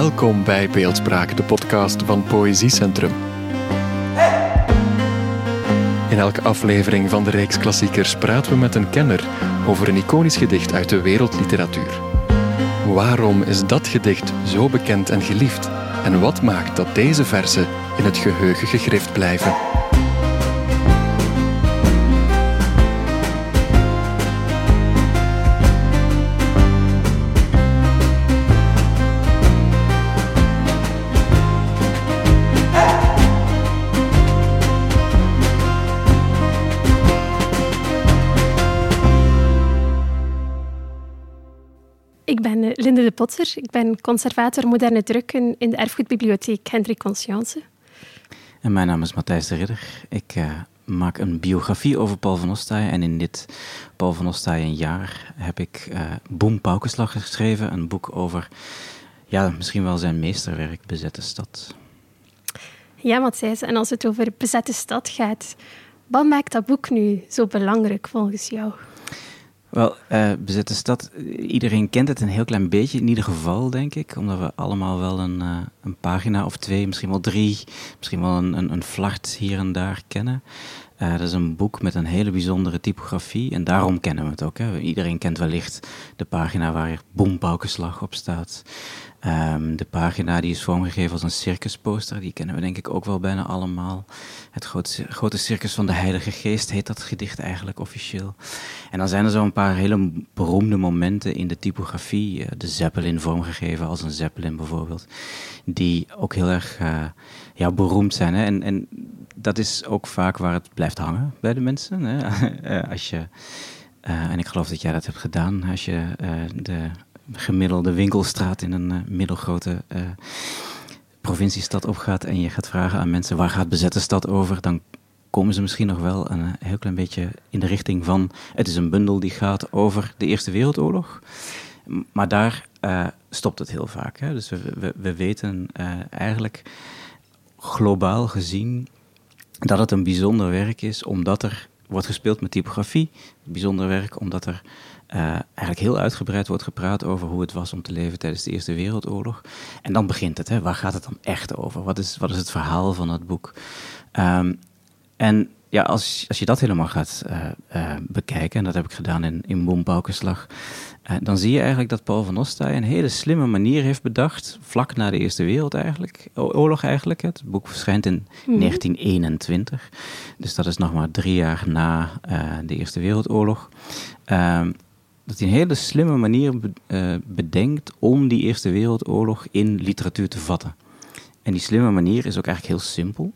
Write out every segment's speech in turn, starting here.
Welkom bij Beeldspraak, de podcast van Poëziecentrum. In elke aflevering van de reeks klassiekers praten we met een kenner over een iconisch gedicht uit de wereldliteratuur. Waarom is dat gedicht zo bekend en geliefd? En wat maakt dat deze verzen in het geheugen gegrift blijven? Ik ben Linde de Potter. Ik ben conservator moderne drukken in de Erfgoedbibliotheek Hendrik Conscience. En mijn naam is Matthijs de Ridder. Ik maak een biografie over Paul van Ostaaij. En in dit Paul van Ostaaij jaar heb ik Boem Paukenslag geschreven. Een boek over, misschien wel zijn meesterwerk, Bezette Stad. Ja, Matthijs. En als het over Bezette Stad gaat, wat maakt dat boek nu zo belangrijk volgens jou? Wel, Bezette Stad, iedereen kent het een heel klein beetje, in ieder geval, denk ik. Omdat we allemaal wel een pagina of twee, misschien wel 3, misschien wel een flart hier en daar kennen. Dat is een boek met een hele bijzondere typografie en daarom kennen we het ook. Hè. Iedereen kent wellicht de pagina waar Boem Paukenslag op staat. De pagina die is vormgegeven als een circusposter, die kennen we denk ik ook wel bijna allemaal. Het grote circus van de Heilige Geest heet dat gedicht eigenlijk officieel. En dan zijn er zo een paar hele beroemde momenten in de typografie, de Zeppelin vormgegeven als een Zeppelin bijvoorbeeld, die ook heel erg beroemd zijn. Hè? En dat is ook vaak waar het blijft hangen bij de mensen. Hè? En ik geloof dat jij dat hebt gedaan, als je de gemiddelde winkelstraat in een middelgrote provinciestad opgaat en je gaat vragen aan mensen waar gaat Bezette Stad over, dan komen ze misschien nog wel een heel klein beetje in de richting van het is een bundel die gaat over de Eerste Wereldoorlog. Maar daar stopt het heel vaak. Hè? Dus we weten eigenlijk globaal gezien dat het een bijzonder werk is, omdat er wordt gespeeld met typografie. Een bijzonder werk omdat er eigenlijk heel uitgebreid wordt gepraat over hoe het was om te leven tijdens de Eerste Wereldoorlog. En dan begint het. Hè? Waar gaat het dan echt over? Wat is het verhaal van het boek? En ja, als je dat helemaal gaat bekijken, en dat heb ik gedaan in Boem Paukenslag, dan zie je eigenlijk dat Paul van Ostaaij een hele slimme manier heeft bedacht, vlak na de Eerste Wereldoorlog eigenlijk. Het boek verschijnt in 1921, dus dat is nog maar 3 jaar na de Eerste Wereldoorlog. Dat hij een hele slimme manier bedenkt om die Eerste Wereldoorlog in literatuur te vatten. En die slimme manier is ook eigenlijk heel simpel.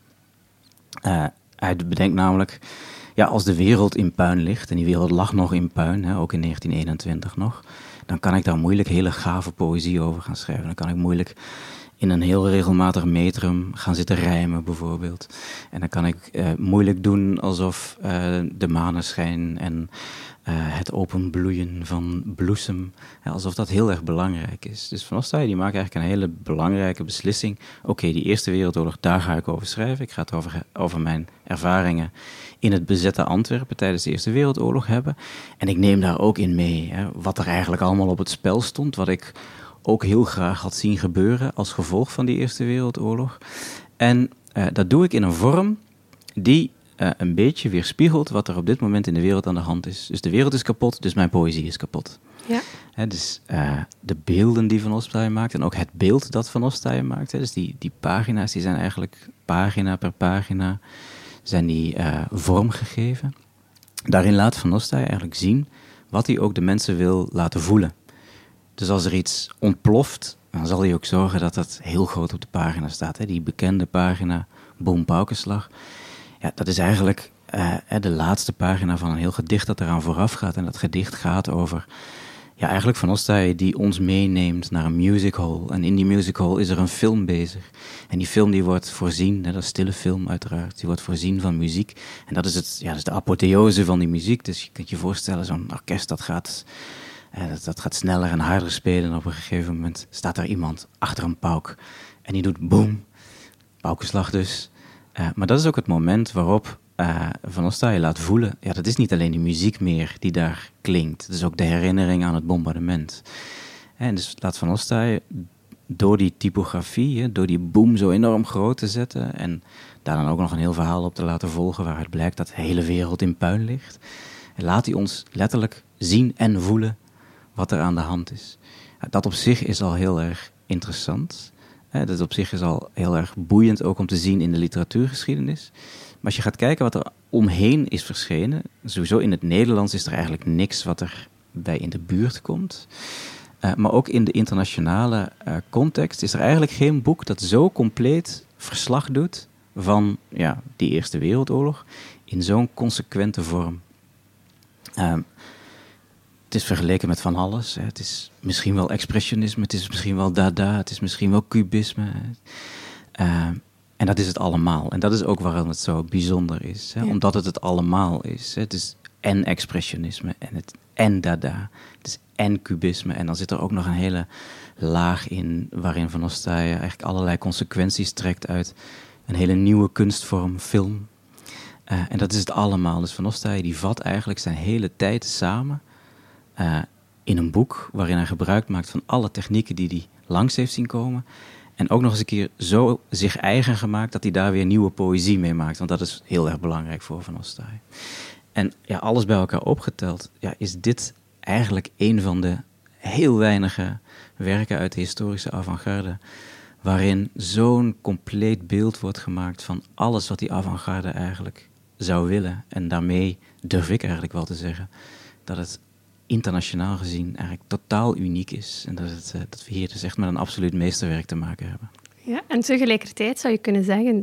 Hij bedenkt namelijk, als de wereld in puin ligt, en die wereld lag nog in puin, ook in 1921 nog, dan kan ik daar moeilijk hele gave poëzie over gaan schrijven. Dan kan ik moeilijk in een heel regelmatig metrum gaan zitten rijmen bijvoorbeeld. En dan kan ik moeilijk doen alsof de maneschijn en het openbloeien van bloesem, alsof dat heel erg belangrijk is. Dus Van Ostaaij die maakt eigenlijk een hele belangrijke beslissing. Oké, die Eerste Wereldoorlog, daar ga ik over schrijven. Ik ga het over mijn ervaringen in het bezette Antwerpen tijdens de Eerste Wereldoorlog hebben. En ik neem daar ook in mee wat er eigenlijk allemaal op het spel stond, wat ik ook heel graag had zien gebeuren als gevolg van die Eerste Wereldoorlog. En dat doe ik in een vorm die een beetje weerspiegelt wat er op dit moment in de wereld aan de hand is. Dus de wereld is kapot, dus mijn poëzie is kapot. Ja. Dus de beelden die Van Ostaaij maakt en ook het beeld dat Van Ostaaij maakt. Dus die pagina's, die zijn eigenlijk pagina per pagina zijn die vormgegeven. Daarin laat Van Ostaaij eigenlijk zien wat hij ook de mensen wil laten voelen. Dus als er iets ontploft, dan zal hij ook zorgen dat dat heel groot op de pagina staat. Hè? Die bekende pagina Boem Paukenslag. Ja, dat is eigenlijk de laatste pagina van een heel gedicht dat eraan vooraf gaat. En dat gedicht gaat over eigenlijk Van Ostaaij die ons meeneemt naar een musichall. En in die musichall is er een film bezig. En die film die wordt voorzien, dat is een stille film uiteraard, die wordt voorzien van muziek. En dat is dat is de apotheose van die muziek. Dus je kunt je voorstellen, zo'n orkest dat gaat sneller en harder spelen. En op een gegeven moment staat er iemand achter een pauk. En die doet boem, paukenslag dus. Maar dat is ook het moment waarop Van Ostaaij laat voelen, dat is niet alleen die muziek meer die daar klinkt. Het is ook de herinnering aan het bombardement. En dus laat Van Ostaaij door die typografie, door die boom zo enorm groot te zetten en daar dan ook nog een heel verhaal op te laten volgen waaruit blijkt dat de hele wereld in puin ligt, laat hij ons letterlijk zien en voelen wat er aan de hand is. Dat op zich is al heel erg interessant. Dat op zich is al heel erg boeiend ook om te zien in de literatuurgeschiedenis. Maar als je gaat kijken wat er omheen is verschenen, sowieso in het Nederlands is er eigenlijk niks wat er bij in de buurt komt. Maar ook in de internationale context is er eigenlijk geen boek dat zo compleet verslag doet van die Eerste Wereldoorlog in zo'n consequente vorm. Het is vergeleken met van alles. Het is misschien wel expressionisme, het is misschien wel dada, het is misschien wel cubisme. En dat is het allemaal. En dat is ook waarom het zo bijzonder is. Ja. Omdat het allemaal is. Het is en expressionisme en dada. Het is en cubisme. En dan zit er ook nog een hele laag in waarin Van Ostaaij eigenlijk allerlei consequenties trekt uit een hele nieuwe kunstvorm, film. En dat is het allemaal. Dus Van Ostaaij die vat eigenlijk zijn hele tijd samen in een boek waarin hij gebruik maakt van alle technieken die hij langs heeft zien komen. En ook nog eens een keer zo zich eigen gemaakt dat hij daar weer nieuwe poëzie mee maakt. Want dat is heel erg belangrijk voor Van Ostaaij. En alles bij elkaar opgeteld is dit eigenlijk een van de heel weinige werken uit de historische avant-garde waarin zo'n compleet beeld wordt gemaakt van alles wat die avant-garde eigenlijk zou willen. En daarmee durf ik eigenlijk wel te zeggen dat het internationaal gezien eigenlijk totaal uniek is. En dat we hier dus echt met een absoluut meesterwerk te maken hebben. Ja, en tegelijkertijd zou je kunnen zeggen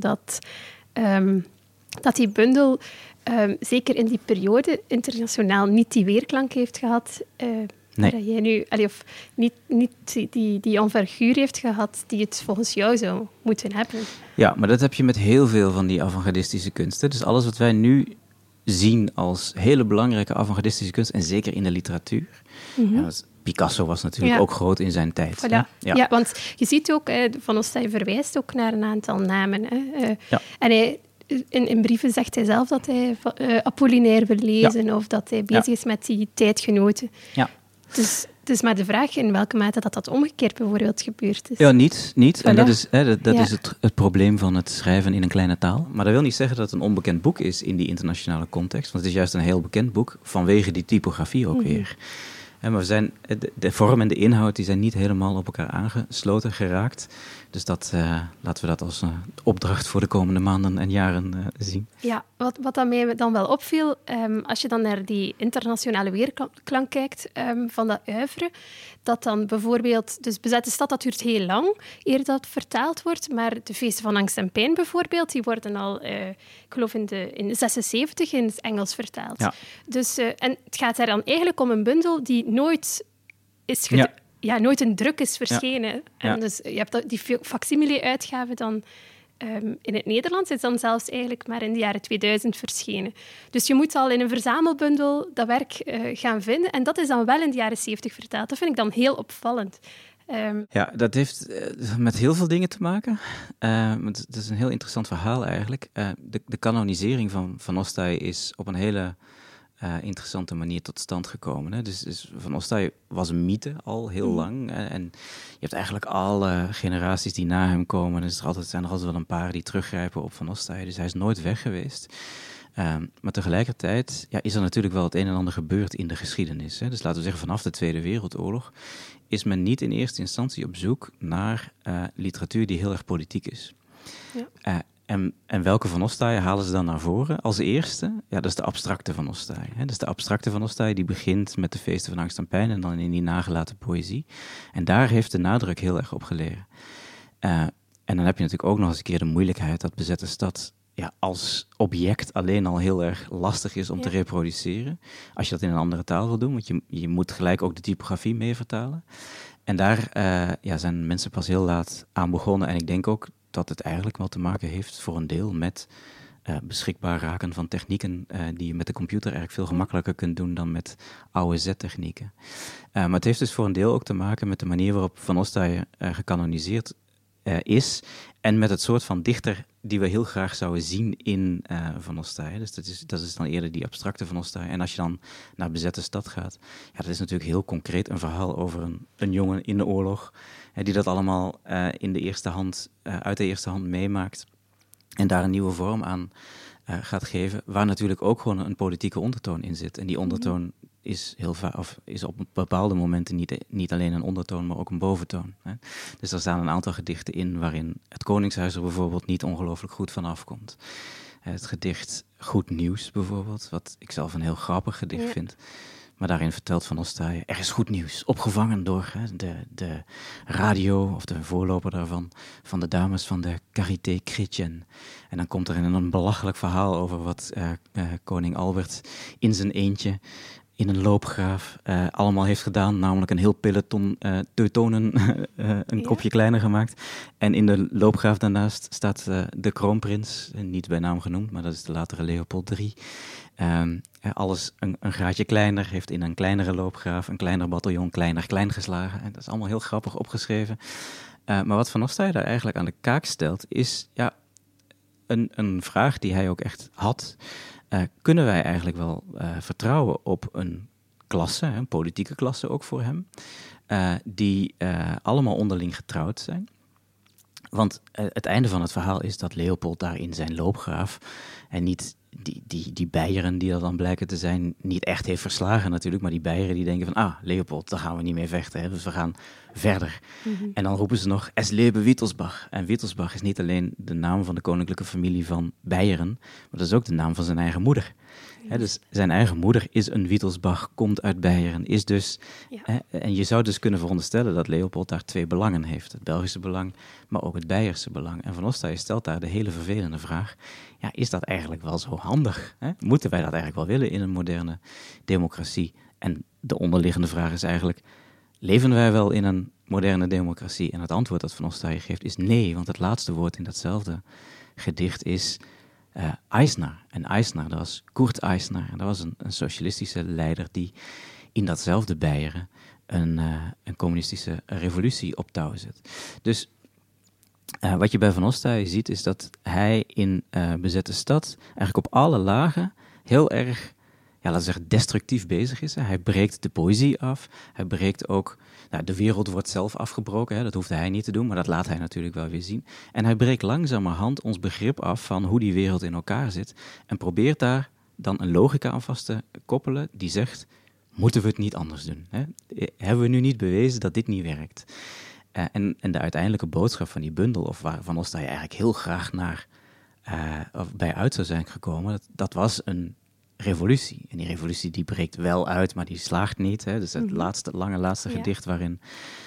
dat die bundel zeker in die periode internationaal niet die weerklank heeft gehad. Nee. Dat jij nu, of niet die enverguur heeft gehad die het volgens jou zou moeten hebben. Ja, maar dat heb je met heel veel van die avant-gardistische kunsten. Dus alles wat wij nu zien als hele belangrijke avant-gardistische kunst, en zeker in de literatuur. Mm-hmm. Picasso was natuurlijk ook groot in zijn tijd. Voilà. Ja, want je ziet ook, Van Ostaaij verwijst ook naar een aantal namen. En hij, in brieven zegt hij zelf dat hij Apollinaire wil lezen of dat hij bezig is met die tijdgenoten. Ja. Dus het is maar de vraag in welke mate dat omgekeerd bijvoorbeeld gebeurd is. Ja, niet. Voilà. En dat is het probleem van het schrijven in een kleine taal. Maar dat wil niet zeggen dat het een onbekend boek is in die internationale context. Want het is juist een heel bekend boek vanwege die typografie ook weer. Maar de vorm en de inhoud die zijn niet helemaal op elkaar aangesloten geraakt. Dus laten we dat als opdracht voor de komende maanden en jaren zien. Ja, wat dan mij dan wel opviel, als je dan naar die internationale weerklank kijkt van dat oeuvre, dat dan bijvoorbeeld, dus Bezette Stad, dat duurt heel lang eer dat vertaald wordt, maar de Feesten van Angst en Pijn bijvoorbeeld, die worden al, ik geloof in de 76 in het Engels vertaald. Ja. Dus, en het gaat daar dan eigenlijk om een bundel die nooit is nooit een druk is verschenen. En dus je hebt die facsimile-uitgave dan in het Nederlands is dan zelfs eigenlijk maar in de jaren 2000 verschenen. Dus je moet al in een verzamelbundel dat werk gaan vinden. En dat is dan wel in de jaren 70 vertaald. Dat vind ik dan heel opvallend. Dat heeft met heel veel dingen te maken. Het is een heel interessant verhaal eigenlijk. De kanonisering van Ostaaij is op een hele interessante manier tot stand gekomen. Hè? Dus Van Ostaaij was een mythe al heel lang. En je hebt eigenlijk alle generaties die na hem komen. Dus zijn er altijd wel een paar die teruggrijpen op Van Ostaaij. Dus hij is nooit weg geweest. Maar tegelijkertijd is er natuurlijk wel het een en ander gebeurd in de geschiedenis. Hè? Dus laten we zeggen, vanaf de Tweede Wereldoorlog is men niet in eerste instantie op zoek naar literatuur die heel erg politiek is. Ja. En welke Van Ostaaij halen ze dan naar voren als eerste? Ja, dat is de abstracte Van Ostaaij. Dus de abstracte Van Ostaaij die begint met de Feesten van Angst en Pijn en dan in die nagelaten poëzie. En daar heeft de nadruk heel erg op gelegen. En dan heb je natuurlijk ook nog eens een keer de moeilijkheid dat Bezette Stad als object alleen al heel erg lastig is om te reproduceren. Als je dat in een andere taal wil doen, want je moet gelijk ook de typografie mee vertalen. En daar zijn mensen pas heel laat aan begonnen. En ik denk ook dat het eigenlijk wel te maken heeft voor een deel met beschikbaar raken van technieken die je met de computer eigenlijk veel gemakkelijker kunt doen dan met oude Z-technieken. Maar het heeft dus voor een deel ook te maken met de manier waarop Van Ostaaij gekanoniseerd is en met het soort van dichter die we heel graag zouden zien in Van Ostaaij. Dus dat is dan eerder die abstracte Van Ostaaij. En als je dan naar Bezette Stad gaat, ja, dat is natuurlijk heel concreet een verhaal over een jongen in de oorlog, die dat allemaal uit de eerste hand meemaakt en daar een nieuwe vorm aan gaat geven, waar natuurlijk ook gewoon een politieke ondertoon in zit. En die ondertoon is is op bepaalde momenten niet alleen een ondertoon, maar ook een boventoon. Hè. Dus er staan een aantal gedichten in waarin het Koningshuis er bijvoorbeeld niet ongelooflijk goed van afkomt. Het gedicht Goed Nieuws bijvoorbeeld, wat ik zelf een heel grappig gedicht vind. Maar daarin vertelt Van Ostaaij, er is goed nieuws, opgevangen door de radio, of de voorloper daarvan, van de dames van de Charité Chrétienne. En dan komt er een belachelijk verhaal over wat koning Albert in zijn eentje in een loopgraaf allemaal heeft gedaan, namelijk een heel peloton teutonen een kopje kleiner gemaakt. En in de loopgraaf daarnaast staat de kroonprins, niet bij naam genoemd, maar dat is de latere Leopold III. Alles een graadje kleiner, heeft in een kleinere loopgraaf, een kleiner bataljon, klein geslagen. En dat is allemaal heel grappig opgeschreven. Maar wat Van Ostaaij daar eigenlijk aan de kaak stelt, is een vraag die hij ook echt had. Kunnen wij eigenlijk wel vertrouwen op een klasse, een politieke klasse ook voor hem, die allemaal onderling getrouwd zijn? Want het einde van het verhaal is dat Leopold daar in zijn loopgraaf en niet die Beieren die dat dan blijken te zijn, niet echt heeft verslagen natuurlijk, maar die Beieren die denken van, Leopold, daar gaan we niet mee vechten, hè, dus we gaan verder. Mm-hmm. En dan roepen ze nog, es lebe Wittelsbach. En Wittelsbach is niet alleen de naam van de koninklijke familie van Beieren, maar dat is ook de naam van zijn eigen moeder. He, dus zijn eigen moeder is een Wittelsbach, komt uit Beieren, is dus... en je zou dus kunnen veronderstellen dat Leopold daar twee belangen heeft. Het Belgische belang, maar ook het Beierse belang. En Van Ostaaij stelt daar de hele vervelende vraag, is dat eigenlijk wel zo handig? Hè? Moeten wij dat eigenlijk wel willen in een moderne democratie? En de onderliggende vraag is eigenlijk, leven wij wel in een moderne democratie? En het antwoord dat Van Ostaaij geeft is nee, want het laatste woord in datzelfde gedicht is Eisner. En Eisner, dat was Kurt Eisner. En dat was een socialistische leider die in datzelfde Beieren een communistische revolutie op touw zet. Dus wat je bij Van Ostaaij ziet is dat hij in Bezette Stad eigenlijk op alle lagen heel erg, laten we zeggen, destructief bezig is. Hè. Hij breekt de poëzie af. Hij breekt ook, de wereld wordt zelf afgebroken. Hè. Dat hoefde hij niet te doen, maar dat laat hij natuurlijk wel weer zien. En hij breekt langzamerhand ons begrip af van hoe die wereld in elkaar zit. En probeert daar dan een logica aan vast te koppelen die zegt, moeten we het niet anders doen? Hè? Hebben we nu niet bewezen dat dit niet werkt? En de uiteindelijke boodschap van die bundel, of waar Van Ostaaij eigenlijk heel graag bij uit zou zijn gekomen, dat was een revolutie. En die revolutie die breekt wel uit, maar die slaagt niet. Hè? Dus het laatste gedicht waarin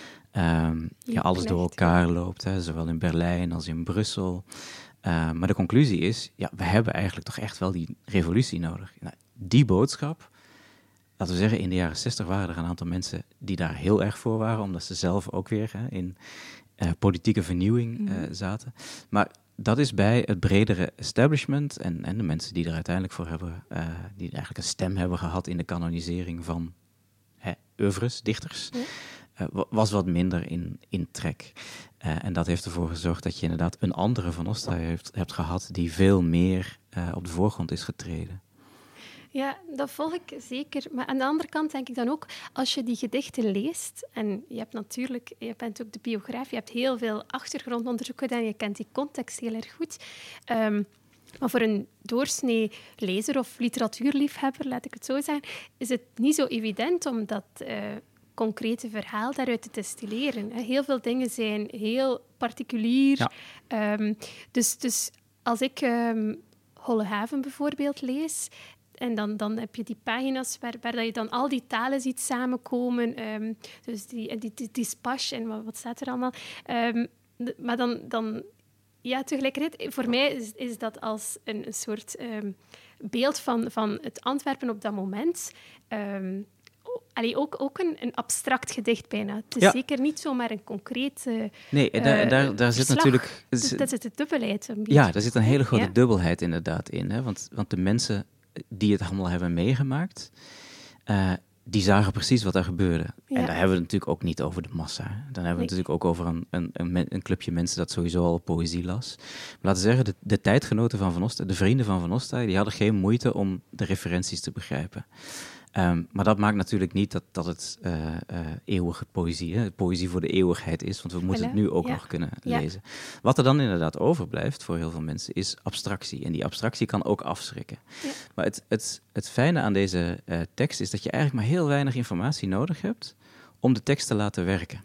alles door elkaar loopt, hè? Zowel in Berlijn als in Brussel. Maar de conclusie is, we hebben eigenlijk toch echt wel die revolutie nodig. Nou, die boodschap, laten we zeggen, in de jaren 60 waren er een aantal mensen die daar heel erg voor waren, omdat ze zelf ook weer in politieke vernieuwing zaten. Maar dat is bij het bredere establishment en de mensen die er uiteindelijk voor hebben, die eigenlijk een stem hebben gehad in de kanonisering van oeuvres, dichters, was wat minder in trek. En dat heeft ervoor gezorgd dat je inderdaad een andere Van Ostaaij hebt gehad die veel meer op de voorgrond is getreden. Ja, dat volg ik zeker. Maar aan de andere kant denk ik dan ook, als je die gedichten leest, en je bent ook de biograaf, je hebt heel veel achtergrondonderzoek gedaan, je kent die context heel erg goed. Maar voor een doorsnee lezer of literatuurliefhebber, laat ik het zo zeggen, is het niet zo evident om dat concrete verhaal daaruit te destilleren. Heel veel dingen zijn heel particulier. Ja. Dus als ik Holle Haven bijvoorbeeld lees, en dan heb je die pagina's waar je dan al die talen ziet samenkomen. Dus die spash en wat staat er allemaal. Maar dan tegelijkertijd, voor mij is dat als een soort beeld van het Antwerpen op dat moment. Ook een abstract gedicht bijna. Het is zeker niet zomaar een concreet nee, daar zit natuurlijk... Daar zit de dubbelheid een beetje. Ja, daar zit een hele grote dubbelheid inderdaad in. Hè? Want de mensen die het allemaal hebben meegemaakt, die zagen precies wat er gebeurde. Ja. En daar hebben we het natuurlijk ook niet over de massa. Dan hebben we het natuurlijk ook over een clubje mensen dat sowieso al poëzie las. Maar laten we zeggen, de tijdgenoten van Van Ostaaij, de vrienden van Van Ostaaij, die hadden geen moeite om de referenties te begrijpen. Maar dat maakt natuurlijk niet dat het eeuwige poëzie voor de eeuwigheid is, want we moeten het nu ook nog kunnen lezen. Wat er dan inderdaad overblijft voor heel veel mensen is abstractie. En die abstractie kan ook afschrikken. Ja. Maar het fijne aan deze tekst is dat je eigenlijk maar heel weinig informatie nodig hebt om de tekst te laten werken.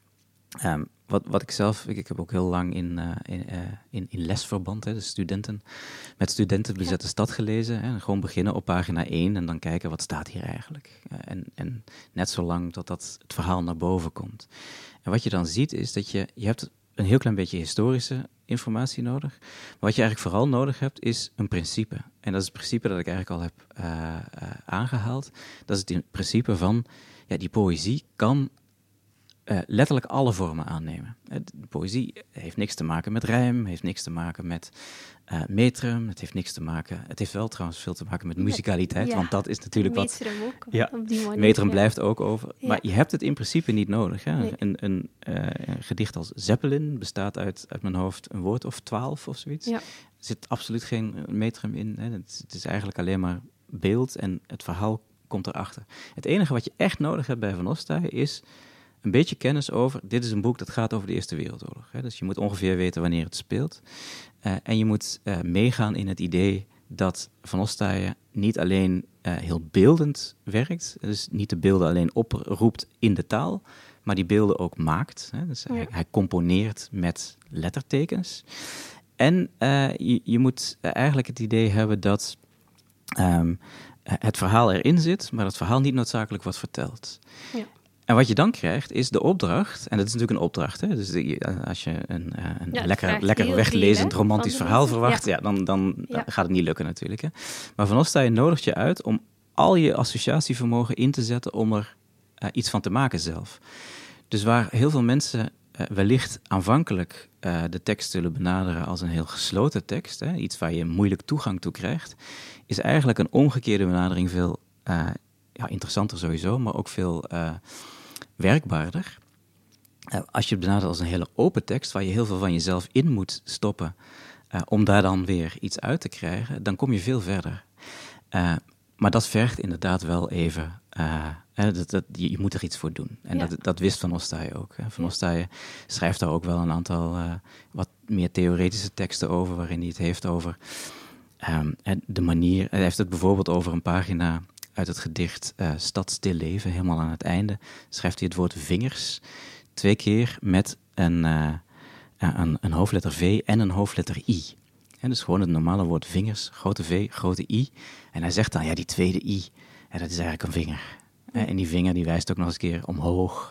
Wat ik zelf, ik heb ook heel lang in lesverband, dus met studenten bezette stad gelezen. En gewoon beginnen op pagina 1 en dan kijken wat staat hier eigenlijk. En net zolang dat het verhaal naar boven komt. En wat je dan ziet is dat je hebt een heel klein beetje historische informatie nodig. Maar wat je eigenlijk vooral nodig hebt is een principe. En dat is het principe dat ik eigenlijk al heb aangehaald. Dat is het principe van, die poëzie kan letterlijk alle vormen aannemen. De poëzie heeft niks te maken met rijm, heeft niks te maken met metrum, het heeft wel trouwens veel te maken met musicaliteit, want dat is natuurlijk metrum ook, op die manier. Metrum blijft ook over, maar je hebt het in principe niet nodig. Hè? Nee. Een gedicht als Zeppelin bestaat uit mijn hoofd een woord of 12 of zoiets. Ja. Er zit absoluut geen metrum in. Hè? Het is eigenlijk alleen maar beeld en het verhaal komt erachter. Het enige wat je echt nodig hebt bij Van Ostaaij is een beetje kennis over, dit is een boek dat gaat over de Eerste Wereldoorlog. Hè? Dus je moet ongeveer weten wanneer het speelt. En je moet meegaan in het idee dat Van Ostaaij niet alleen heel beeldend werkt, dus niet de beelden alleen oproept in de taal, maar die beelden ook maakt. Hè? Dus hij componeert met lettertekens. En je moet eigenlijk het idee hebben dat het verhaal erin zit, maar het verhaal niet noodzakelijk wordt verteld. Ja. En wat je dan krijgt, is de opdracht, en dat is natuurlijk een opdracht, hè? Dus als je een lekker weglezend romantisch verhaal verwacht, dan gaat het niet lukken natuurlijk. Hè? Maar Van Ostaaij nodigt je uit om al je associatievermogen in te zetten om er iets van te maken zelf. Dus waar heel veel mensen wellicht aanvankelijk de tekst zullen benaderen als een heel gesloten tekst, hè? Iets waar je moeilijk toegang toe krijgt, is eigenlijk een omgekeerde benadering veel interessanter sowieso, maar ook veel werkbaarder. Als je het benadert als een hele open tekst, waar je heel veel van jezelf in moet stoppen, om daar dan weer iets uit te krijgen, dan kom je veel verder. Maar dat vergt inderdaad wel even, je moet er iets voor doen. En dat wist Van Ostaaij ook. Hè. Van Ostaaij schrijft daar ook wel een aantal wat meer theoretische teksten over, waarin hij het heeft over de manier. Hij heeft het bijvoorbeeld over een pagina uit het gedicht Stad stil leven, helemaal aan het einde, schrijft hij het woord vingers 2 keer met een hoofdletter V en een hoofdletter I. En dus gewoon het normale woord vingers, grote V, grote I. En hij zegt dan, die tweede I, dat is eigenlijk een vinger. En die vinger die wijst ook nog eens een keer omhoog.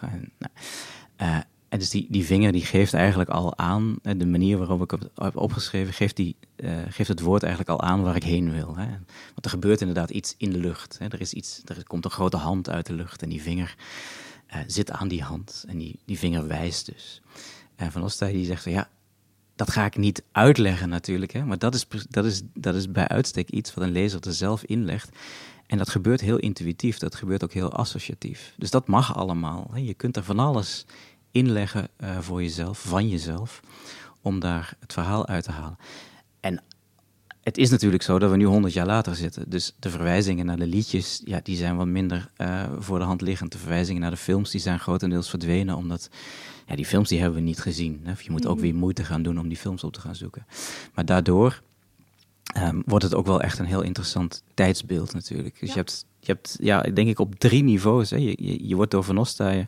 En dus die vinger die geeft eigenlijk al aan, de manier waarop ik het heb opgeschreven, geeft het woord eigenlijk al aan waar ik heen wil. Hè. Want er gebeurt inderdaad iets in de lucht. Hè. Er komt een grote hand uit de lucht en die vinger zit aan die hand. En die vinger wijst dus. En Van Ostaaij die zegt van dat ga ik niet uitleggen natuurlijk. Hè, maar dat is bij uitstek iets wat een lezer er zelf inlegt. En dat gebeurt heel intuïtief, dat gebeurt ook heel associatief. Dus dat mag allemaal. Hè. Je kunt er van alles inleggen voor jezelf, van jezelf, om daar het verhaal uit te halen. En het is natuurlijk zo dat we nu 100 jaar later zitten. Dus de verwijzingen naar de liedjes, die zijn wat minder voor de hand liggend. De verwijzingen naar de films, die zijn grotendeels verdwenen, omdat die films die hebben we niet gezien. Hè. Je moet ook weer moeite gaan doen om die films op te gaan zoeken. Maar daardoor wordt het ook wel echt een heel interessant tijdsbeeld natuurlijk. Dus je hebt denk ik op 3 niveaus. Hè. Je wordt door Van Ostaaij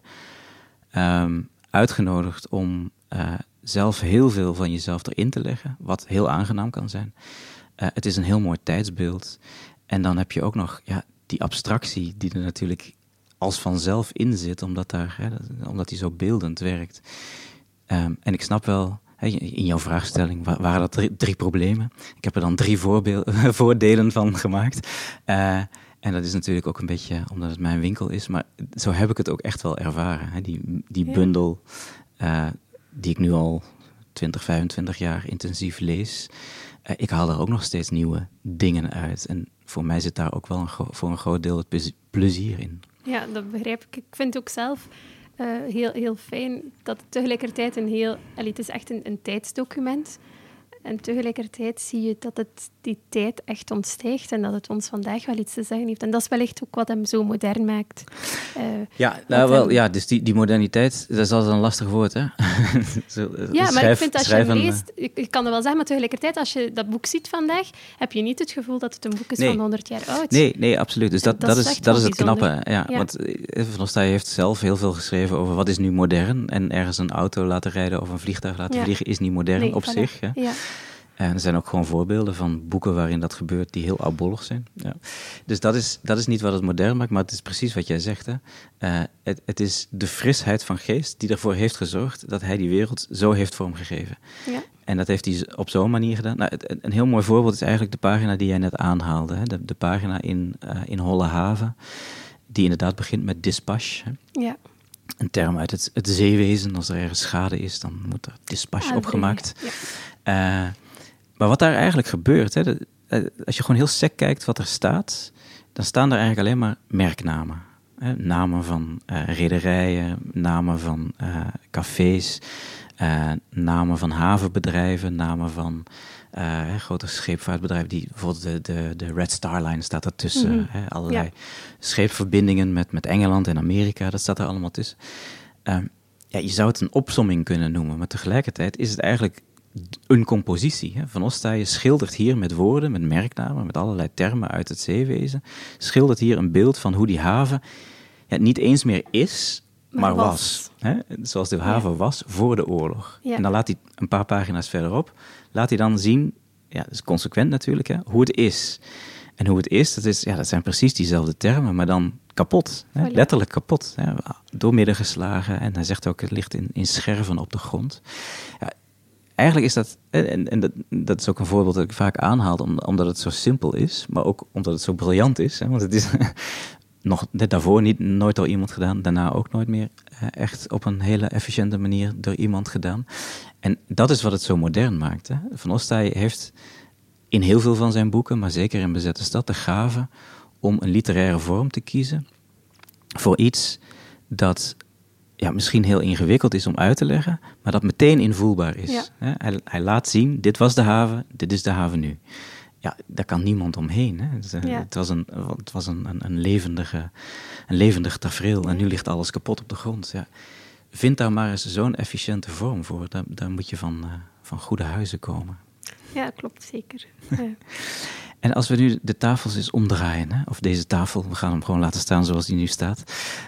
uitgenodigd om zelf heel veel van jezelf erin te leggen, wat heel aangenaam kan zijn. Het is een heel mooi tijdsbeeld. En dan heb je ook nog die abstractie die er natuurlijk als vanzelf in zit, omdat hij zo beeldend werkt. En ik snap wel, in jouw vraagstelling waren dat 3 problemen. Ik heb er dan 3 voordelen van gemaakt. En dat is natuurlijk ook een beetje omdat het mijn winkel is, maar zo heb ik het ook echt wel ervaren. Hè? Die bundel die ik nu al 20, 25 jaar intensief lees, ik haal er ook nog steeds nieuwe dingen uit. En voor mij zit daar ook wel voor een groot deel het plezier in. Ja, dat begrijp ik. Ik vind het ook zelf heel, heel fijn dat het tegelijkertijd het is echt een tijdsdocument. En tegelijkertijd zie je dat het die tijd echt ontstijgt en dat het ons vandaag wel iets te zeggen heeft. En dat is wellicht ook wat hem zo modern maakt. Dus die moderniteit, dat is altijd een lastig woord, hè? Maar ik vind als je hem leest, ik kan het wel zeggen, maar tegelijkertijd, als je dat boek ziet vandaag, heb je niet het gevoel dat het een boek is van 100 jaar oud. Nee, absoluut. Dus dat is het knappe. Ja. Want Van Ostaaij heeft zelf heel veel geschreven over wat is nu modern. En ergens een auto laten rijden of een vliegtuig laten vliegen is niet modern op zich. Hè? Ja. En er zijn ook gewoon voorbeelden van boeken waarin dat gebeurt die heel oudbollig zijn. Ja. Dus dat is niet wat het modern maakt, maar het is precies wat jij zegt. Hè. Het is de frisheid van geest die ervoor heeft gezorgd dat hij die wereld zo heeft vormgegeven. Ja. En dat heeft hij op zo'n manier gedaan. Nou, een heel mooi voorbeeld is eigenlijk de pagina die jij net aanhaalde. Hè. De pagina in Holle Haven, die inderdaad begint met dispatch. Hè. Ja. Een term uit het zeewezen. Als er ergens schade is, dan moet er dispatch opgemaakt. Ja. Maar wat daar eigenlijk gebeurt, hè, als je gewoon heel sec kijkt wat er staat, dan staan er eigenlijk alleen maar merknamen. Hè, namen van rederijen, namen van cafés, namen van havenbedrijven, namen van grote scheepvaartbedrijven. Bijvoorbeeld de Red Star Line staat ertussen. Mm-hmm. Allerlei scheepverbindingen met Engeland en Amerika, dat staat er allemaal tussen. Je zou het een opsomming kunnen noemen, maar tegelijkertijd is het eigenlijk een compositie. Hè. Van Ostaaij schildert hier met woorden, met merknamen, met allerlei termen uit het zeewezen, schildert hier een beeld van hoe die haven niet eens meer is, maar was. Hè. Zoals de haven was voor de oorlog. Ja. En dan laat hij een paar pagina's verderop, laat hij dan zien, dat is consequent natuurlijk, hè, hoe het is. En hoe het is, dat zijn precies diezelfde termen, maar dan kapot. Hè, letterlijk kapot. Hè, doormidden geslagen. En hij zegt ook, het ligt in scherven op de grond. Ja, eigenlijk is dat, en dat is ook een voorbeeld dat ik vaak aanhaal, omdat het zo simpel is, maar ook omdat het zo briljant is. Hè, want het is nog net daarvoor nooit door iemand gedaan, daarna ook nooit meer echt op een hele efficiënte manier door iemand gedaan. En dat is wat het zo modern maakt. Hè. Van Ostaaij heeft in heel veel van zijn boeken, maar zeker in Bezette Stad, de gave om een literaire vorm te kiezen voor iets dat misschien heel ingewikkeld is om uit te leggen, maar dat meteen invoelbaar is. Ja. Hij laat zien, dit was de haven, dit is de haven nu. Ja, daar kan niemand omheen. Hè. Het was een levendig tafereel en nu ligt alles kapot op de grond. Ja. Vind daar maar eens zo'n efficiënte vorm voor. Daar moet je van goede huizen komen. Ja, klopt, zeker. Ja. En als we nu de tafels eens omdraaien, hè, of deze tafel, we gaan hem gewoon laten staan zoals die nu staat.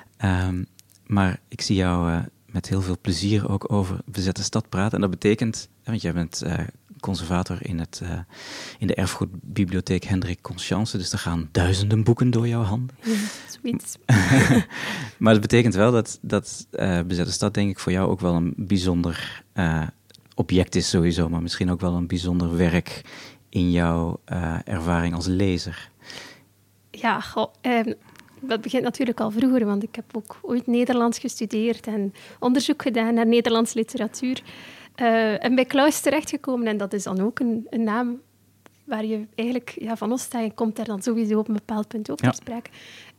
Maar ik zie jou met heel veel plezier ook over Bezette Stad praten. En dat betekent, want jij bent conservator in de erfgoedbibliotheek Hendrik Conscience, dus er gaan duizenden boeken door jouw handen. Ja, zoiets. Maar dat betekent wel dat Bezette Stad, denk ik, voor jou ook wel een bijzonder object is sowieso, maar misschien ook wel een bijzonder werk in jouw ervaring als lezer. Ja, dat begint natuurlijk al vroeger, want ik heb ook ooit Nederlands gestudeerd en onderzoek gedaan naar Nederlands literatuur. En bij Claus terechtgekomen, en dat is dan ook een naam waar je eigenlijk, Van Ostaaij komt daar dan sowieso op een bepaald punt ook ter sprake.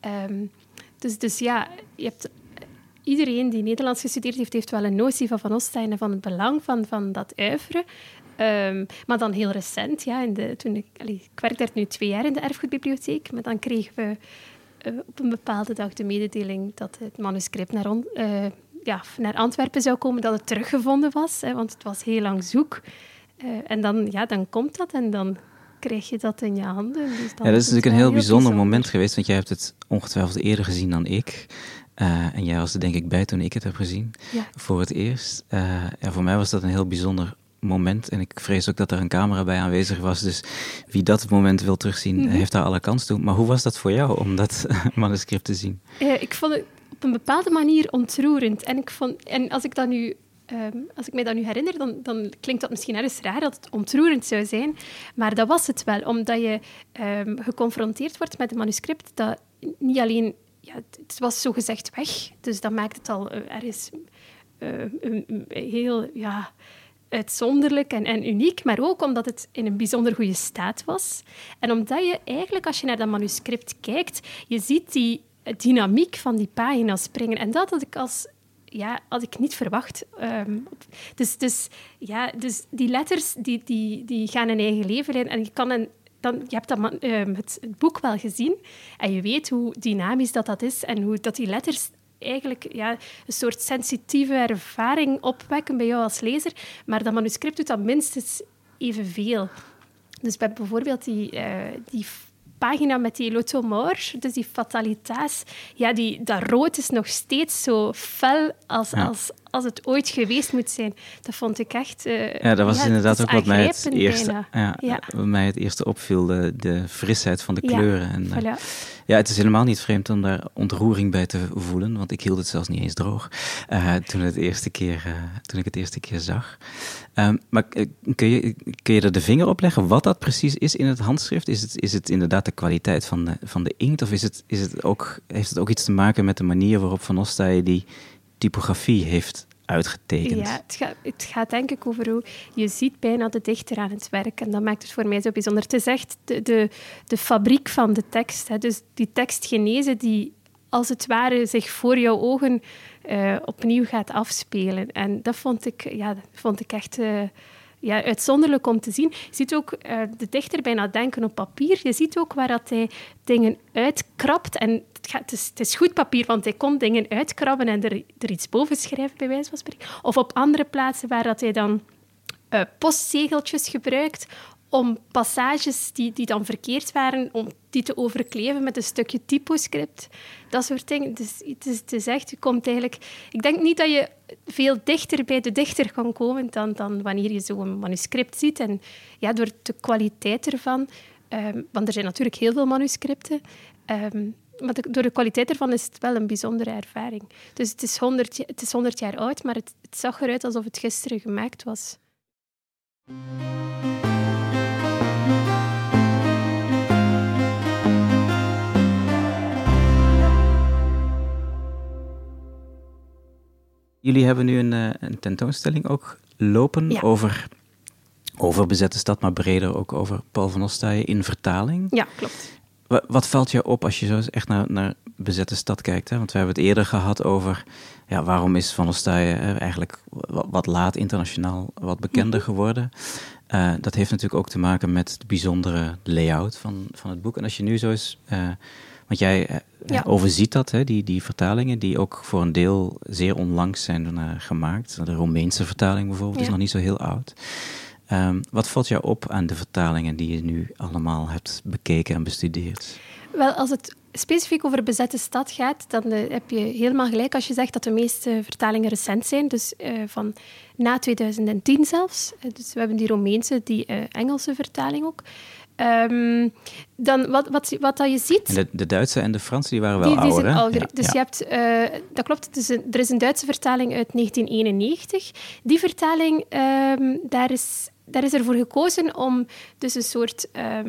Dus je hebt iedereen die Nederlands gestudeerd heeft wel een notie van Ostaaij en van het belang van dat oeuvre. Maar dan heel recent, ik werk daar nu 2 jaar in de erfgoedbibliotheek, maar dan kregen we op een bepaalde dag de mededeling dat het manuscript naar Antwerpen zou komen, dat het teruggevonden was, want het was heel lang zoek. En dan komt dat en dan krijg je dat in je handen. Dus dat is natuurlijk een heel bijzonder moment geweest, want jij hebt het ongetwijfeld eerder gezien dan ik. En jij was er denk ik bij toen ik het heb gezien, voor het eerst. Voor mij was dat een heel bijzonder moment. En ik vrees ook dat er een camera bij aanwezig was. Dus wie dat moment wil terugzien, heeft daar alle kans toe. Maar hoe was dat voor jou om dat manuscript te zien? Ik vond het op een bepaalde manier ontroerend. En als ik mij dat nu herinner, dan klinkt dat misschien ergens raar dat het ontroerend zou zijn. Maar dat was het wel, omdat je geconfronteerd wordt met een manuscript dat niet alleen... het was zogezegd weg, dus dat maakt het al ergens heel... uitzonderlijk en uniek, maar ook omdat het in een bijzonder goede staat was. En omdat je eigenlijk, als je naar dat manuscript kijkt, je ziet dynamiek van die pagina's springen. En dat had ik niet verwacht. Dus die letters die gaan een eigen leven leiden. En je hebt het boek wel gezien en je weet hoe dynamisch dat is en hoe dat die letters eigenlijk een soort sensitieve ervaring opwekken bij jou als lezer. Maar dat manuscript doet dat minstens evenveel. Dus bij bijvoorbeeld die pagina met die L'Automore, dus die fatalitas, dat rood is nog steeds zo fel als het ooit geweest moet zijn. Dat vond ik echt... dat was inderdaad ook wat mij het eerste opviel, de frisheid van de kleuren. En, voilà. Het is helemaal niet vreemd om daar ontroering bij te voelen, want ik hield het zelfs niet eens droog toen ik het eerste keer zag. Maar kun je er de vinger op leggen wat dat precies is in het handschrift? Is het inderdaad de kwaliteit van de inkt, of heeft het ook iets te maken met de manier waarop Van Ostaaije die typografie heeft uitgetekend? Ja, het gaat denk ik over hoe je ziet bijna de dichter aan het werk. En dat maakt het voor mij zo bijzonder. Het is echt de fabriek van de tekst. Hè. Dus die tekstgenese die als het ware zich voor jouw ogen opnieuw gaat afspelen. En dat vond ik echt... uitzonderlijk om te zien. Je ziet ook de dichter bijna denken op papier. Je ziet ook waar dat hij dingen uitkrabt. En het is goed papier, want hij kon dingen uitkrabben en er iets boven schrijven, bij wijze van spreken. Of op andere plaatsen waar dat hij dan postzegeltjes gebruikt om passages die dan verkeerd waren, om die te overkleven met een stukje typoscript. Dat soort dingen. Dus het is echt, je komt eigenlijk... Ik denk niet dat je veel dichter bij de dichter kan komen dan wanneer je zo'n manuscript ziet. En door de kwaliteit ervan... want er zijn natuurlijk heel veel manuscripten. Maar door de kwaliteit ervan is het wel een bijzondere ervaring. Dus het is 100 jaar oud, maar het zag eruit alsof het gisteren gemaakt was. Jullie hebben nu een tentoonstelling ook lopen over Bezette Stad, maar breder ook over Paul van Ostaaije in vertaling. Ja, klopt. Wat valt je op als je zo echt naar Bezette Stad kijkt? Hè? Want we hebben het eerder gehad over waarom is Van Ostaaije eigenlijk wat laat internationaal wat bekender geworden. Dat heeft natuurlijk ook te maken met de bijzondere layout van het boek. En als je nu zo eens... want jij overziet dat, hè, die vertalingen, die ook voor een deel zeer onlangs zijn gemaakt. De Roemeense vertaling bijvoorbeeld is nog niet zo heel oud. Wat valt jou op aan de vertalingen die je nu allemaal hebt bekeken en bestudeerd? Wel, als het specifiek over Bezette Stad gaat, dan heb je helemaal gelijk als je zegt dat de meeste vertalingen recent zijn. Dus van na 2010 zelfs. Dus we hebben die Roemeense, die Engelse vertaling ook. Dan wat dat je ziet... En de Duitse en de Franse, die waren wel ouder, hè? Ouder. Dus je hebt... dat klopt, er is een Duitse vertaling uit 1991. Die vertaling, daar is ervoor gekozen om dus een soort...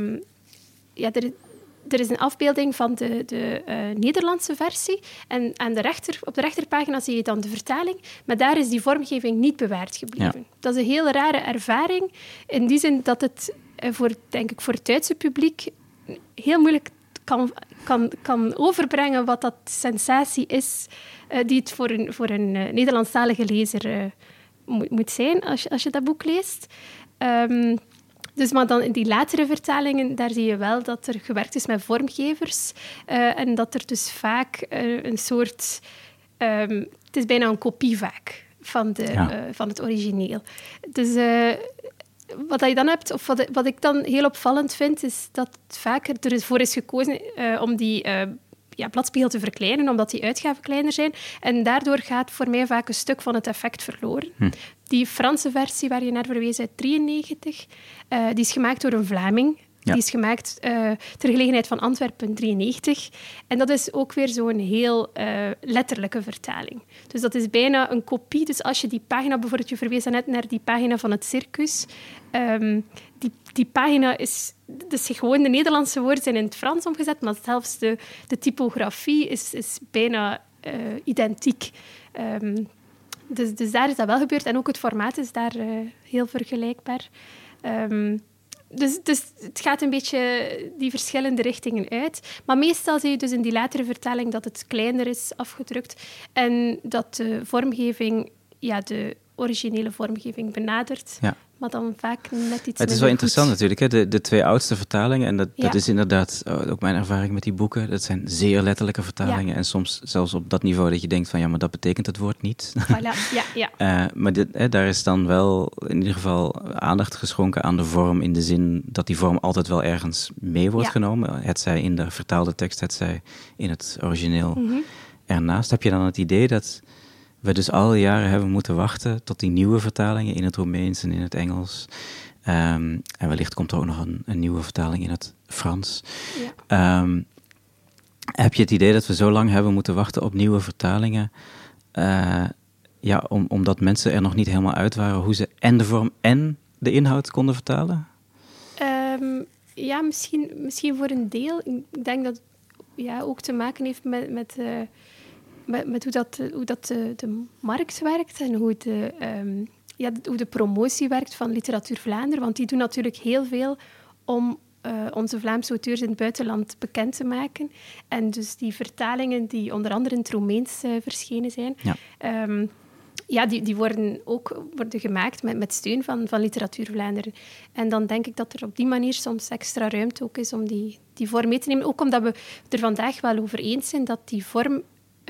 Er is een afbeelding van de Nederlandse versie. En op de rechterpagina zie je dan de vertaling. Maar daar is die vormgeving niet bewaard gebleven. Ja. Dat is een heel rare ervaring. In die zin dat het voor het Duitse publiek heel moeilijk kan overbrengen wat dat sensatie is die het voor een Nederlandstalige lezer moet zijn als je dat boek leest. Dus maar dan in die latere vertalingen, daar zie je wel dat er gewerkt is met vormgevers en dat er dus vaak een soort... het is bijna een kopie vaak van het origineel. Dus wat je dan hebt, of wat ik dan heel opvallend vind, is dat vaker ervoor is gekozen om die bladspiegel te verkleinen, omdat die uitgaven kleiner zijn. En daardoor gaat voor mij vaak een stuk van het effect verloren. Die Franse versie waar je naar verwees uit 1993, die is gemaakt door een Vlaming. Ja. Die is gemaakt ter gelegenheid van Antwerpen 93. En dat is ook weer zo'n heel letterlijke vertaling. Dus dat is bijna een kopie. Dus als je die pagina, bijvoorbeeld je verwees net naar die pagina van het circus, die pagina is... Dus gewoon de Nederlandse woorden zijn in het Frans omgezet, maar zelfs de typografie is bijna identiek. Dus daar is dat wel gebeurd. En ook het formaat is daar heel vergelijkbaar. Dus het gaat een beetje die verschillende richtingen uit. Maar meestal zie je dus in die latere vertaling dat het kleiner is afgedrukt en dat de vormgeving, de originele vormgeving benadert. Ja. Maar dan vaak net iets minder. Het is wel interessant goed. natuurlijk, hè? De 2 oudste vertalingen. En dat is inderdaad ook mijn ervaring met die boeken. Dat zijn zeer letterlijke vertalingen. Ja. En soms zelfs op dat niveau dat je denkt van... ja, maar dat betekent het woord niet. Voilà. Ja. Maar daar is dan wel in ieder geval aandacht geschonken aan de vorm... in de zin dat die vorm altijd wel ergens mee wordt genomen. Hetzij in de vertaalde tekst, hetzij in het origineel ernaast. Heb je dan het idee dat... we dus al die jaren hebben moeten wachten tot die nieuwe vertalingen in het Roemeens en in het Engels. En wellicht komt er ook nog een nieuwe vertaling in het Frans. Ja. Heb je het idee dat we zo lang hebben moeten wachten op nieuwe vertalingen? Omdat mensen er nog niet helemaal uit waren hoe ze en de vorm en de inhoud konden vertalen? Misschien voor een deel. Ik denk dat het ook te maken heeft met hoe dat de markt werkt en hoe de promotie werkt van Literatuur Vlaanderen. Want die doen natuurlijk heel veel om onze Vlaamse auteurs in het buitenland bekend te maken. En dus die vertalingen die onder andere in het Roemeens verschenen zijn... Ja. Die worden gemaakt met steun van Literatuur Vlaanderen. En dan denk ik dat er op die manier soms extra ruimte ook is om die vorm mee te nemen. Ook omdat we er vandaag wel over eens zijn dat die vorm...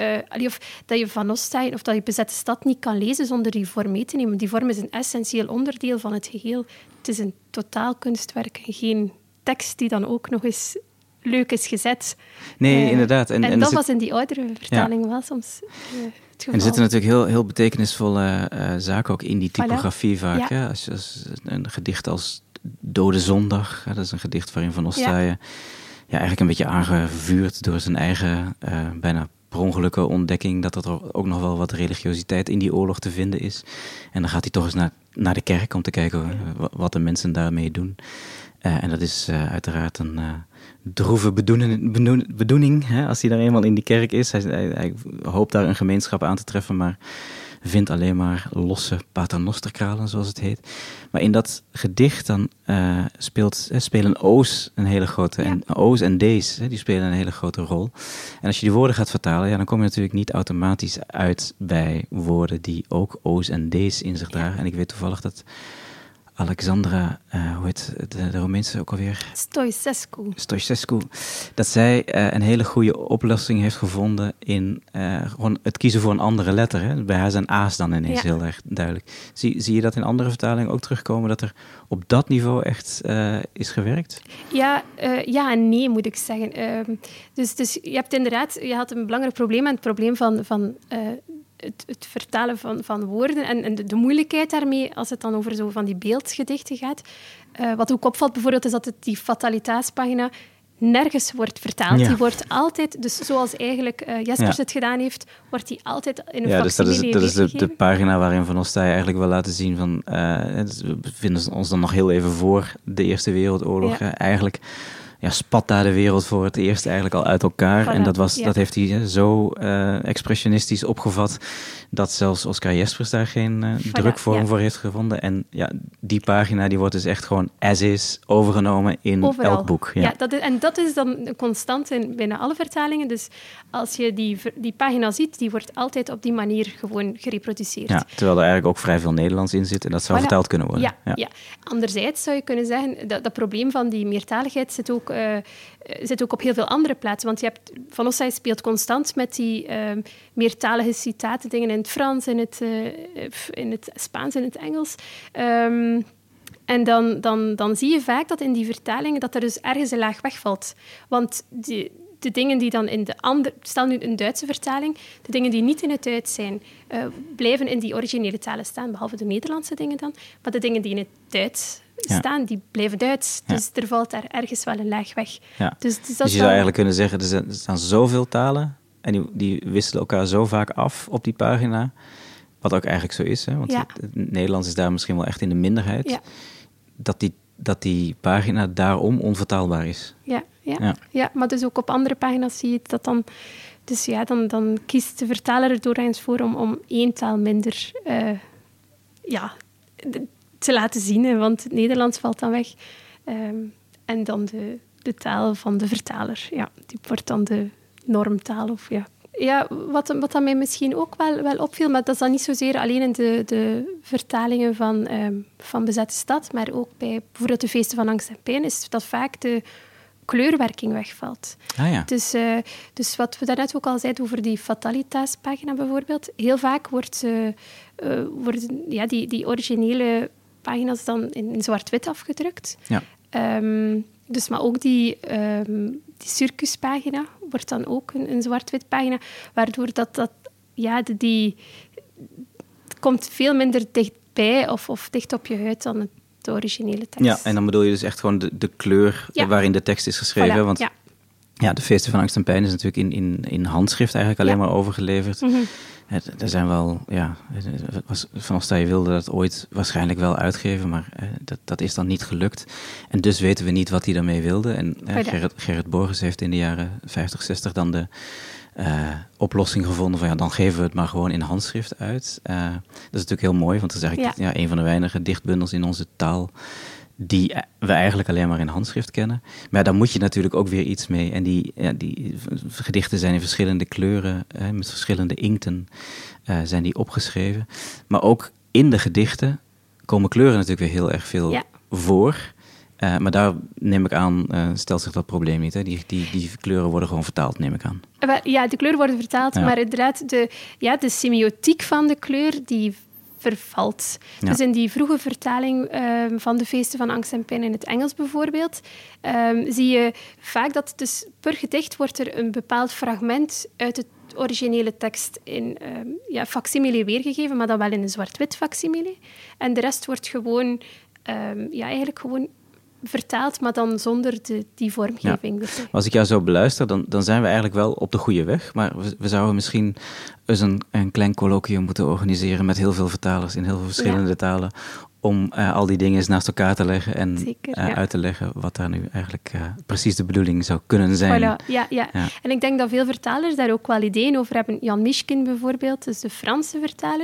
of dat je Van Ostaaien of dat je Bezette Stad niet kan lezen zonder die vorm mee te nemen. Die vorm is een essentieel onderdeel van het geheel. Het is een totaal kunstwerk en geen tekst die dan ook nog eens leuk is gezet. Nee, inderdaad. En dat was in die oudere vertaling wel soms het geval. En er zitten natuurlijk heel betekenisvolle zaken ook in die typografie vaak. Ja. Hè? Als een gedicht als Dode Zondag, dat is een gedicht waarin Van Ostaaien eigenlijk een beetje aangevuurd door zijn eigen bijna per ongelukkige ontdekking dat er ook nog wel wat religiositeit in die oorlog te vinden is. En dan gaat hij toch eens naar de kerk om te kijken wat de mensen daarmee doen. En dat is uiteraard een droeve bedoeling, hè, als hij daar eenmaal in die kerk is. Hij hoopt daar een gemeenschap aan te treffen, maar vindt alleen maar losse paternosterkralen, zoals het heet. Maar in dat gedicht dan spelen O's een hele grote... En O's en D's, die spelen een hele grote rol. En als je die woorden gaat vertalen, dan kom je natuurlijk niet automatisch uit bij woorden die ook O's en D's in zich dragen. En ik weet toevallig dat Alexandra, hoe heet de Romeinse ook alweer? Stoicescu. Dat zij een hele goede oplossing heeft gevonden in gewoon het kiezen voor een andere letter. Hè? Bij haar zijn A's dan ineens heel erg duidelijk. Zie je dat in andere vertalingen ook terugkomen, dat er op dat niveau echt is gewerkt? Ja en nee, moet ik zeggen. Dus je hebt inderdaad, je had een belangrijk probleem aan het probleem van het vertalen van woorden en de moeilijkheid daarmee als het dan over zo van die beeldgedichten gaat. Wat ook opvalt bijvoorbeeld is dat die fataliteitspagina nergens wordt vertaald. Ja. Die wordt altijd, dus zoals eigenlijk Jespers het gedaan heeft, wordt die altijd in een facsimilie dus dat is de pagina waarin Van Ostaaien eigenlijk wil laten zien van we vinden ons dan nog heel even voor de Eerste Wereldoorlog. Eigenlijk spat daar de wereld voor het eerst eigenlijk al uit elkaar. Voilà, en dat heeft hij zo expressionistisch opgevat dat zelfs Oscar Jespers daar geen drukvorm voor heeft gevonden. En die pagina die wordt dus echt gewoon as is overgenomen in elk boek. Ja, dat is dan een constant in bijna alle vertalingen. Dus als je die pagina ziet, die wordt altijd op die manier gewoon gereproduceerd. Ja, terwijl er eigenlijk ook vrij veel Nederlands in zit en dat zou vertaald kunnen worden. Ja. Anderzijds zou je kunnen zeggen, dat probleem van die meertaligheid zit ook op heel veel andere plaatsen. Want Van Ostaaien speelt constant met die meertalige citaten, dingen in het Frans, in het Spaans, in het Engels. En dan zie je vaak dat in die vertalingen dat er dus ergens een laag wegvalt. Want de dingen die dan in stel nu een Duitse vertaling, de dingen die niet in het Duits zijn, blijven in die originele talen staan, behalve de Nederlandse dingen dan. Maar de dingen die in het Duits staan, die blijven Duits. Dus er valt daar ergens wel een laag weg. Ja. Dus je zou eigenlijk kunnen zeggen, er staan zoveel talen en die wisselen elkaar zo vaak af op die pagina. Wat ook eigenlijk zo is, hè? Want het Nederlands is daar misschien wel echt in de minderheid. Ja. Dat die pagina daarom onvertaalbaar is. Ja, maar dus ook op andere pagina's zie je dat dan... Dus dan kiest de vertaler er doorgaans voor om één taal minder te laten zien. Want het Nederlands valt dan weg. En dan de taal van de vertaler. Ja, die wordt dan de normtaal. Of, ja. Ja, wat mij misschien ook wel opviel, maar dat is dan niet zozeer alleen in de vertalingen van Bezette Stad, maar ook bij bijvoorbeeld de Feesten van Angst en Pijn, is dat vaak de kleurwerking wegvalt. Ah, ja. Dus wat we daarnet ook al zeiden over die Fatalitas-pagina bijvoorbeeld, heel vaak worden die originele pagina's dan in zwart-wit afgedrukt. Ja. Dus, maar ook die circuspagina wordt dan ook een zwart-wit pagina, waardoor die komt veel minder dichtbij of dicht op je huid dan de originele tekst. Ja, en dan bedoel je dus echt gewoon de kleur waarin de tekst is geschreven. Voilà, want de Feesten van Angst en Pijn is natuurlijk in handschrift eigenlijk alleen maar overgeleverd. Mm-hmm. Er zijn wel, Van Ostaaij wilde dat ooit waarschijnlijk wel uitgeven, maar dat is dan niet gelukt. En dus weten we niet wat hij daarmee wilde. En Gerrit Borges heeft in de jaren 50, 60 dan de oplossing gevonden van dan geven we het maar gewoon in handschrift uit. Dat is natuurlijk heel mooi, want dat is eigenlijk een van de weinige dichtbundels in onze taal die we eigenlijk alleen maar in handschrift kennen. Maar daar moet je natuurlijk ook weer iets mee. En die gedichten zijn in verschillende kleuren, met verschillende inkten zijn die opgeschreven. Maar ook in de gedichten komen kleuren natuurlijk weer heel erg veel voor. Maar daar neem ik aan, stelt zich dat probleem niet. Hè? Die kleuren worden gewoon vertaald, neem ik aan. Ja, de kleuren worden vertaald, maar inderdaad, de semiotiek van de kleur, die vervalt. Ja. Dus in die vroege vertaling van de Feesten van Angst en Pijn in het Engels bijvoorbeeld, zie je vaak dat dus per gedicht wordt er een bepaald fragment uit het originele tekst in facsimile weergegeven, maar dan wel in een zwart-wit facsimile. En de rest wordt gewoon eigenlijk gewoon vertaald, maar dan zonder die vormgeving. Ja. Dus, als ik jou zo beluister, dan zijn we eigenlijk wel op de goede weg, maar we zouden misschien eens een klein colloquium moeten organiseren met heel veel vertalers in heel veel verschillende talen, om al die dingen eens naast elkaar te leggen en uit te leggen wat daar nu eigenlijk precies de bedoeling zou kunnen zijn. Voilà. Ja. En ik denk dat veel vertalers daar ook wel ideeën over hebben. Jan Mishkin bijvoorbeeld, dus de Franse vertaler,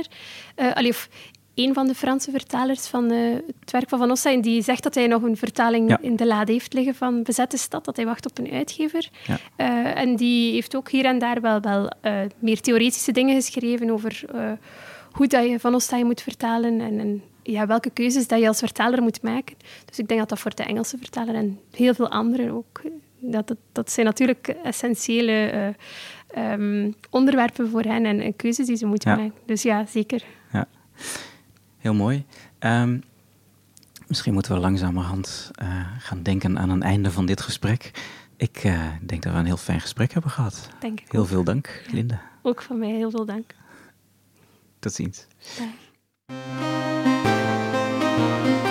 een van de Franse vertalers van het werk van Ostaaij, die zegt dat hij nog een vertaling in de lade heeft liggen van Bezette Stad, dat hij wacht op een uitgever. Ja. En die heeft ook hier en daar wel meer theoretische dingen geschreven over hoe dat je van Ostaaij moet vertalen en welke keuzes dat je als vertaler moet maken. Dus ik denk dat dat voor de Engelse vertaler en heel veel anderen ook, dat zijn natuurlijk essentiële onderwerpen voor hen en keuzes die ze moeten maken. Dus ja, zeker. Ja. Heel mooi. Misschien moeten we langzamerhand gaan denken aan een einde van dit gesprek. Ik denk dat we een heel fijn gesprek hebben gehad. Denk ik heel ook. Veel dank, Linde. Ook van mij heel veel dank. Tot ziens. Dag.